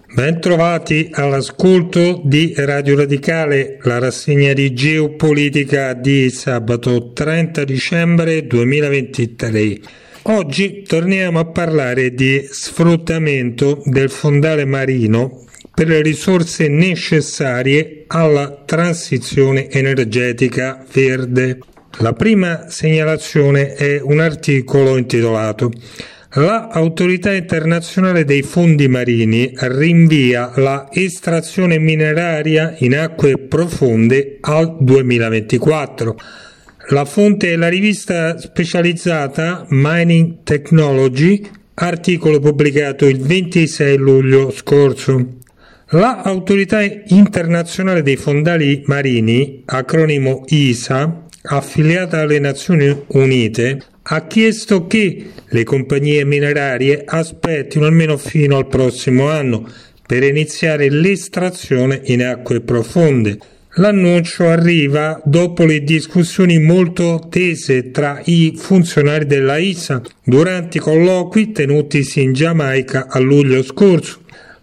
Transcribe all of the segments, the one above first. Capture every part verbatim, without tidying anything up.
Bentrovati all'ascolto di Radio Radicale, la rassegna di geopolitica di sabato trenta dicembre duemilaventitré. Oggi torniamo a parlare di sfruttamento del fondale marino per le risorse necessarie alla transizione energetica verde. La prima segnalazione è un articolo intitolato L'Autorità Internazionale dei Fondi Marini rinvia la estrazione mineraria in acque profonde al duemilaventiquattro. La fonte è la rivista specializzata Mining Technology, articolo pubblicato il ventisei luglio scorso. L'Autorità Internazionale dei Fondali Marini, acronimo I S A, affiliata alle Nazioni Unite, ha chiesto che le compagnie minerarie aspettino almeno fino al prossimo anno per iniziare l'estrazione in acque profonde. L'annuncio arriva dopo le discussioni molto tese tra i funzionari della I S A durante i colloqui tenutisi in Giamaica a luglio scorso.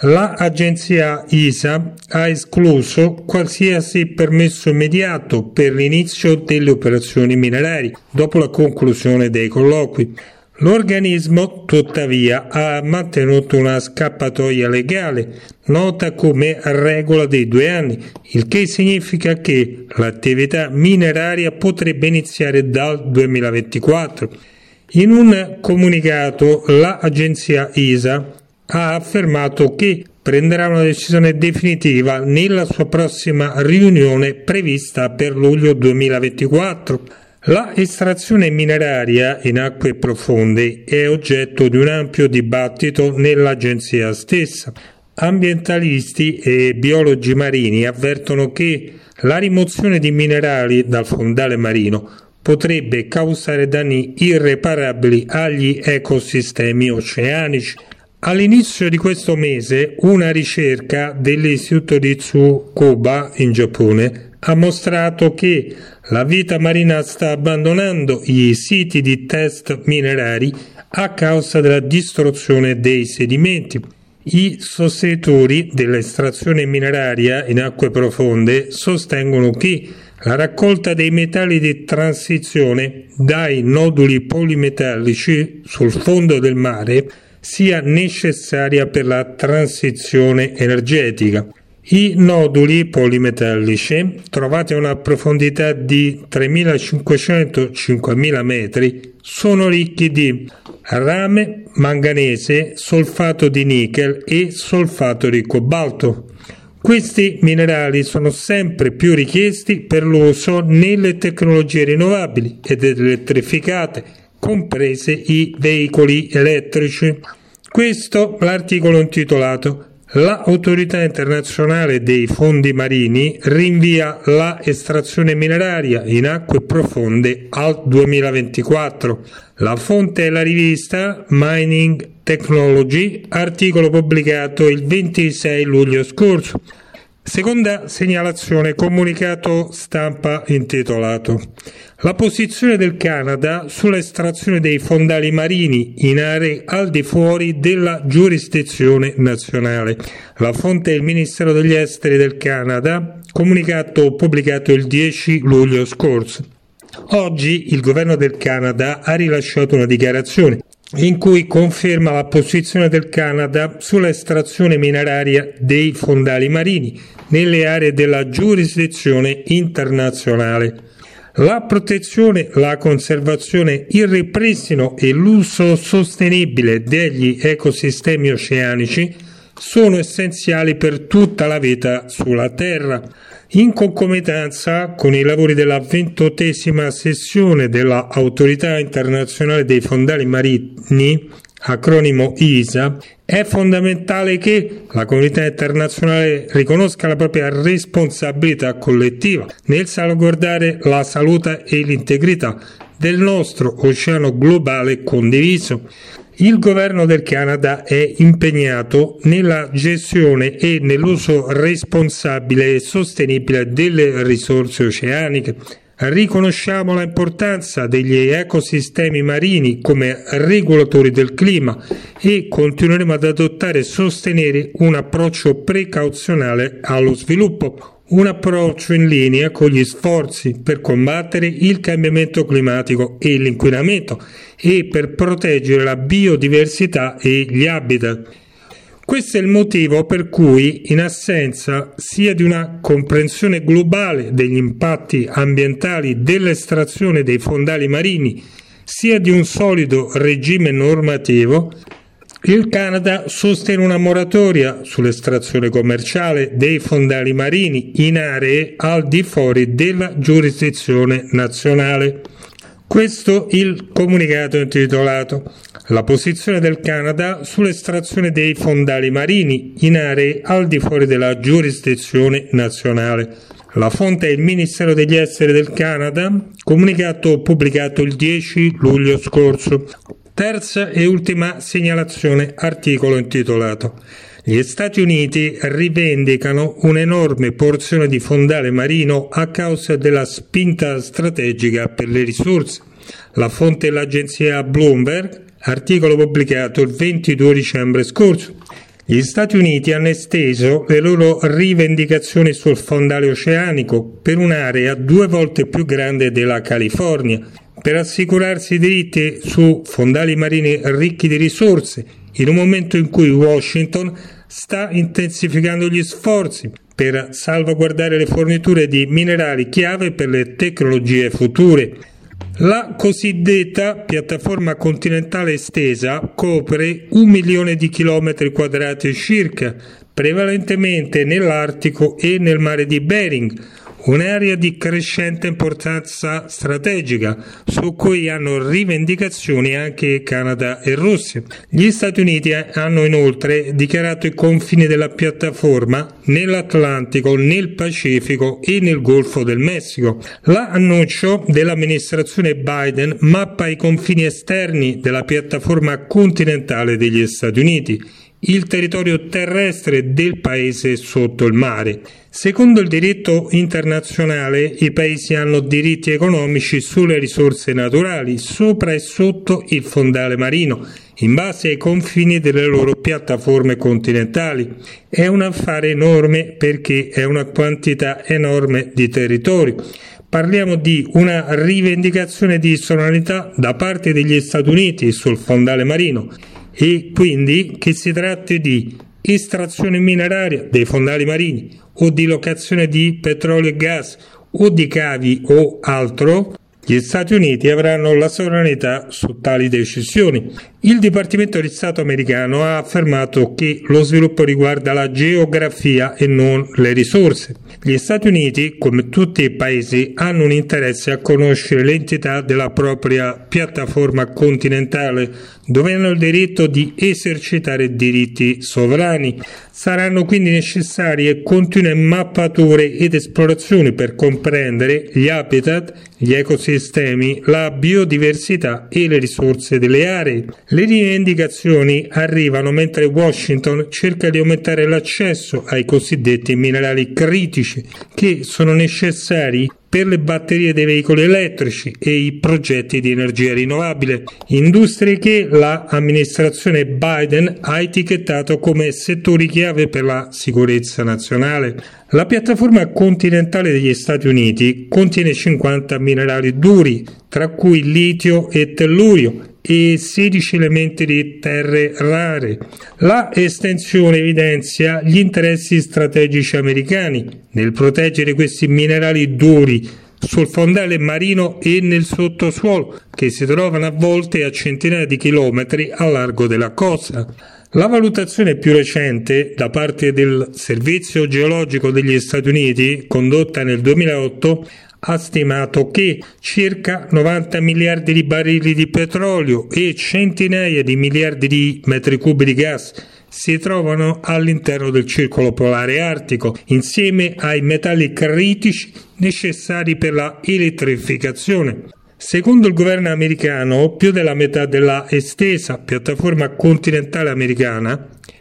L'agenzia I S A ha escluso qualsiasi permesso immediato per l'inizio delle operazioni minerarie dopo la conclusione dei colloqui. L'organismo, tuttavia, ha mantenuto una scappatoia legale, nota come regola dei due anni, il che significa che l'attività mineraria potrebbe iniziare dal duemilaventiquattro. In un comunicato, l'agenzia I S A ha affermato che prenderà una decisione definitiva nella sua prossima riunione prevista per luglio duemilaventiquattro. La estrazione mineraria in acque profonde è oggetto di un ampio dibattito nell'agenzia stessa. Ambientalisti e biologi marini avvertono che la rimozione di minerali dal fondale marino potrebbe causare danni irreparabili agli ecosistemi oceanici. All'inizio di questo mese una ricerca dell'istituto di Tsukuba in Giappone ha mostrato che la vita marina sta abbandonando i siti di test minerari a causa della distruzione dei sedimenti. I sostenitori dell'estrazione mineraria in acque profonde sostengono che la raccolta dei metalli di transizione dai noduli polimetallici sul fondo del mare sia necessaria per la transizione energetica. I noduli polimetallici, trovati a una profondità di tremilacinquecento cinquemila metri, sono ricchi di rame, manganese, solfato di nichel e solfato di cobalto. Questi minerali sono sempre più richiesti per l'uso nelle tecnologie rinnovabili ed elettrificate, comprese i veicoli elettrici. Questo l'articolo intitolato L'Autorità Internazionale dei Fondi Marini rinvia la estrazione mineraria in acque profonde al duemilaventiquattro. La fonte è la rivista Mining Technology, articolo pubblicato il ventisei luglio scorso. Seconda segnalazione, comunicato stampa intitolato La posizione del Canada sull'estrazione dei fondali marini in aree al di fuori della giurisdizione nazionale. La fonte è il Ministero degli Esteri del Canada, comunicato pubblicato il dieci luglio scorso. Oggi il governo del Canada ha rilasciato una dichiarazione in cui conferma la posizione del Canada sull'estrazione mineraria dei fondali marini nelle aree della giurisdizione internazionale. La protezione, la conservazione, il ripristino e l'uso sostenibile degli ecosistemi oceanici sono essenziali per tutta la vita sulla Terra. In concomitanza con i lavori della ventottesima sessione dell'Autorità Internazionale dei Fondali Marini, acronimo I S A, è fondamentale che la comunità internazionale riconosca la propria responsabilità collettiva nel salvaguardare la salute e l'integrità del nostro oceano globale condiviso. Il governo del Canada è impegnato nella gestione e nell'uso responsabile e sostenibile delle risorse oceaniche, Riconosciamo l'importanza degli ecosistemi marini come regolatori del clima e continueremo ad adottare e sostenere un approccio precauzionale allo sviluppo, un approccio in linea con gli sforzi per combattere il cambiamento climatico e l'inquinamento e per proteggere la biodiversità e gli habitat. Questo è il motivo per cui, in assenza sia di una comprensione globale degli impatti ambientali dell'estrazione dei fondali marini, sia di un solido regime normativo, il Canada sostiene una moratoria sull'estrazione commerciale dei fondali marini in aree al di fuori della giurisdizione nazionale. Questo il comunicato intitolato La posizione del Canada sull'estrazione dei fondali marini in aree al di fuori della giurisdizione nazionale. La fonte è il Ministero degli Esteri del Canada, comunicato pubblicato il dieci luglio scorso. Terza e ultima segnalazione, articolo intitolato Gli Stati Uniti rivendicano un'enorme porzione di fondale marino a causa della spinta strategica per le risorse. La fonte è l'agenzia Bloomberg, articolo pubblicato il ventidue dicembre scorso. Gli Stati Uniti hanno esteso le loro rivendicazioni sul fondale oceanico per un'area due volte più grande della California, per assicurarsi i diritti su fondali marini ricchi di risorse, in un momento in cui Washington sta intensificando gli sforzi per salvaguardare le forniture di minerali chiave per le tecnologie future. La cosiddetta piattaforma continentale estesa copre un milione di chilometri quadrati circa, prevalentemente nell'Artico e nel mare di Bering, un'area di crescente importanza strategica su cui hanno rivendicazioni anche Canada e Russia. Gli Stati Uniti hanno inoltre dichiarato i confini della piattaforma nell'Atlantico, nel Pacifico e nel Golfo del Messico. L'annuncio dell'amministrazione Biden mappa i confini esterni della piattaforma continentale degli Stati Uniti, il territorio terrestre del paese sotto il mare. Secondo il diritto internazionale, i paesi hanno diritti economici sulle risorse naturali sopra e sotto il fondale marino, in base ai confini delle loro piattaforme continentali. È un affare enorme perché è una quantità enorme di territorio. Parliamo di una rivendicazione di sovranità da parte degli Stati Uniti sul fondale marino e quindi che si tratti di estrazione mineraria dei fondali marini o di locazione di petrolio e gas o di cavi o altro, gli Stati Uniti avranno la sovranità su tali decisioni. Il Dipartimento di Stato americano ha affermato che lo sviluppo riguarda la geografia e non le risorse. Gli Stati Uniti, come tutti i paesi, hanno un interesse a conoscere l'entità della propria piattaforma continentale, dove hanno il diritto di esercitare diritti sovrani. Saranno quindi necessarie continue mappature ed esplorazioni per comprendere gli habitat, gli ecosistemi, la biodiversità e le risorse delle aree. Le rivendicazioni arrivano mentre Washington cerca di aumentare l'accesso ai cosiddetti minerali critici che sono necessari per le batterie dei veicoli elettrici e i progetti di energia rinnovabile, industrie che l'amministrazione Biden ha etichettato come settori chiave per la sicurezza nazionale. La piattaforma continentale degli Stati Uniti contiene cinquanta minerali duri, tra cui litio e tellurio, e sedici elementi di terre rare. La estensione evidenzia gli interessi strategici americani nel proteggere questi minerali duri sul fondale marino e nel sottosuolo, che si trovano a volte a centinaia di chilometri a largo della costa. La valutazione più recente da parte del Servizio Geologico degli Stati Uniti, condotta nel duemilaotto, ha stimato che circa novanta miliardi di barili di petrolio e centinaia di miliardi di metri cubi di gas si trovano all'interno del circolo polare artico, insieme ai metalli critici necessari per la elettrificazione. Secondo il governo americano, più della metà della estesa piattaforma continentale americana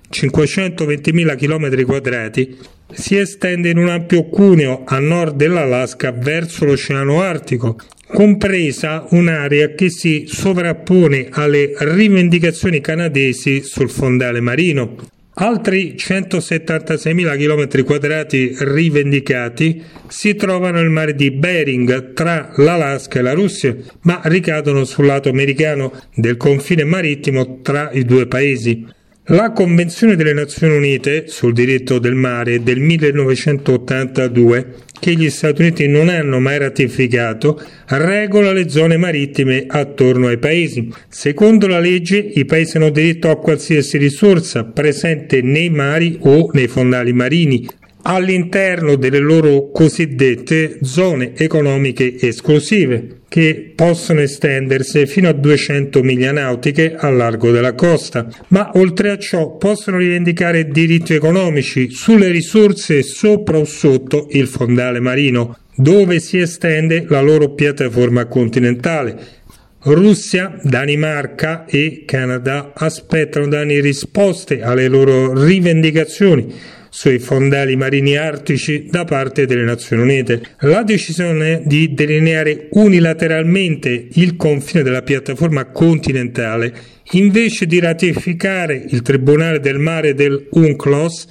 cinquecentoventimila chilometri quadrati, si estende in un ampio cuneo a nord dell'Alaska verso l'Oceano Artico, compresa un'area che si sovrappone alle rivendicazioni canadesi sul fondale marino. Altri centosettantaseimila chilometri quadrati rivendicati si trovano nel mare di Bering tra l'Alaska e la Russia, ma ricadono sul lato americano del confine marittimo tra i due paesi. La Convenzione delle Nazioni Unite sul diritto del mare del millenovecentottantadue, che gli Stati Uniti non hanno mai ratificato, regola le zone marittime attorno ai paesi. Secondo la legge, i paesi hanno diritto a qualsiasi risorsa presente nei mari o nei fondali marini, all'interno delle loro cosiddette zone economiche esclusive, che possono estendersi fino a duecento miglia nautiche al largo della costa, ma oltre a ciò possono rivendicare diritti economici sulle risorse sopra o sotto il fondale marino, dove si estende la loro piattaforma continentale. Russia, Danimarca e Canada aspettano da anni risposte alle loro rivendicazioni sui fondali marini artici da parte delle Nazioni Unite. La decisione di delineare unilateralmente il confine della piattaforma continentale, invece di ratificare il Tribunale del Mare del UNCLOS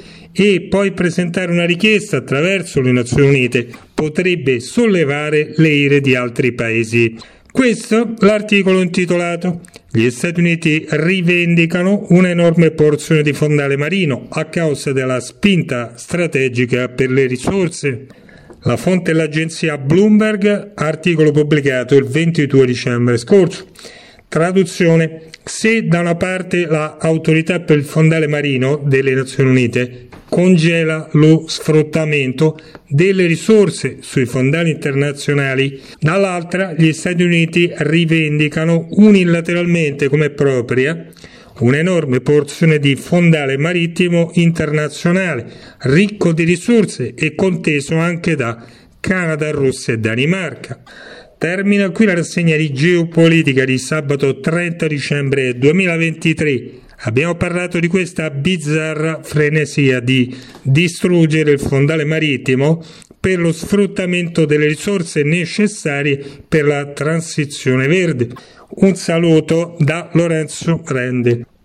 e poi presentare una richiesta attraverso le Nazioni Unite, potrebbe sollevare le ire di altri paesi. Questo l'articolo intitolato "Gli Stati Uniti rivendicano un'enorme porzione di fondale marino a causa della spinta strategica per le risorse". La fonte è l'agenzia Bloomberg, articolo pubblicato il ventidue dicembre scorso. Traduzione: se da una parte l'autorità per il fondale marino delle Nazioni Unite congela lo sfruttamento delle risorse sui fondali internazionali, dall'altra gli Stati Uniti rivendicano unilateralmente come propria un'enorme porzione di fondale marittimo internazionale, ricco di risorse e conteso anche da Canada, Russia e Danimarca. Termina qui la rassegna di geopolitica di sabato trenta dicembre duemilaventitré. Abbiamo parlato di questa bizzarra frenesia di distruggere il fondale marittimo per lo sfruttamento delle risorse necessarie per la transizione verde. Un saluto da Lorenzo Rende.